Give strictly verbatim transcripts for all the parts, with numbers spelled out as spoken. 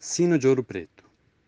Sino de Ouro Preto.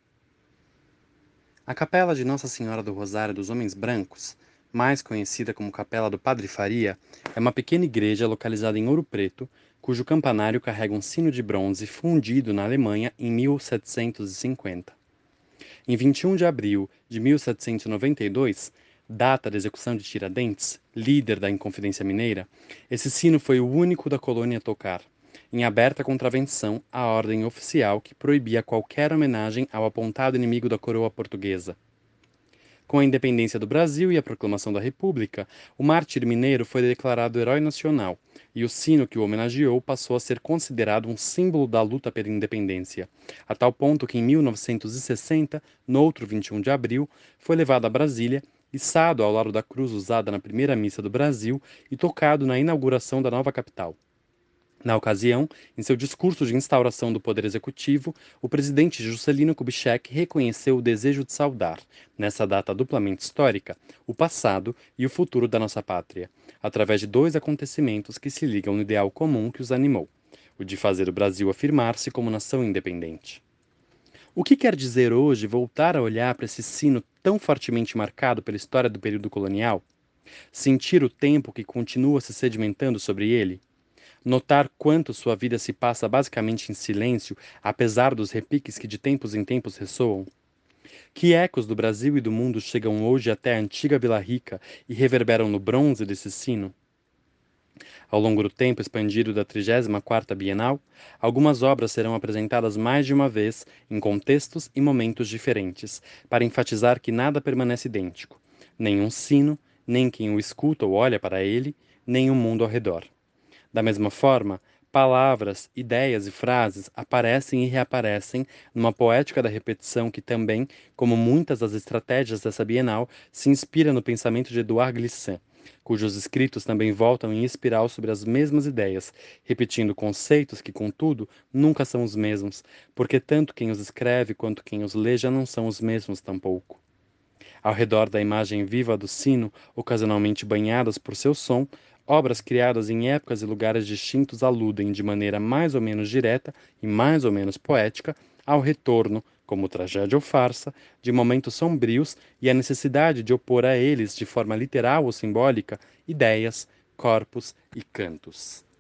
A Capela de Nossa Senhora do Rosário dos Homens Brancos, mais conhecida como Capela do Padre Faria, é uma pequena igreja localizada em Ouro Preto, cujo campanário carrega um sino de bronze fundido na Alemanha em mil setecentos e cinquenta. Em vinte e um de abril de mil setecentos e noventa e dois, data da execução de Tiradentes, líder da Inconfidência Mineira, esse sino foi o único da colônia a tocar, em aberta contravenção à ordem oficial que proibia qualquer homenagem ao apontado inimigo da coroa portuguesa. Com a independência do Brasil e a proclamação da República, o mártir mineiro foi declarado herói nacional, e o sino que o homenageou passou a ser considerado um símbolo da luta pela independência, a tal ponto que em mil novecentos e sessenta, no outro vinte e um de abril, foi levado a Brasília, içado ao lado da cruz usada na primeira missa do Brasil e tocado na inauguração da nova capital. Na ocasião, em seu discurso de instauração do Poder Executivo, o presidente Juscelino Kubitschek reconheceu o desejo de saudar, nessa data duplamente histórica, o passado e o futuro da nossa pátria, através de dois acontecimentos que se ligam no ideal comum que os animou: o de fazer o Brasil afirmar-se como nação independente. O que quer dizer hoje voltar a olhar para esse sino tão fortemente marcado pela história do período colonial? Sentir o tempo que continua se sedimentando sobre ele? Notar quanto sua vida se passa basicamente em silêncio, apesar dos repiques que de tempos em tempos ressoam? Que ecos do Brasil e do mundo chegam hoje até a antiga Vila Rica e reverberam no bronze desse sino? Ao longo do tempo expandido da trigésima quarta Bienal, algumas obras serão apresentadas mais de uma vez, em contextos e momentos diferentes, para enfatizar que nada permanece idêntico, nem um sino, nem quem o escuta ou olha para ele, nem o mundo ao redor. Da mesma forma, palavras, ideias e frases aparecem e reaparecem numa poética da repetição que também, como muitas das estratégias dessa Bienal, se inspira no pensamento de Edouard Glissant, cujos escritos também voltam em espiral sobre as mesmas ideias, repetindo conceitos que, contudo, nunca são os mesmos, porque tanto quem os escreve quanto quem os lê já não são os mesmos tampouco. Ao redor da imagem viva do sino, ocasionalmente banhadas por seu som, obras criadas em épocas e lugares distintos aludem de maneira mais ou menos direta e mais ou menos poética ao retorno, como tragédia ou farsa, de momentos sombrios e à necessidade de opor a eles, de forma literal ou simbólica, ideias, corpos e cantos.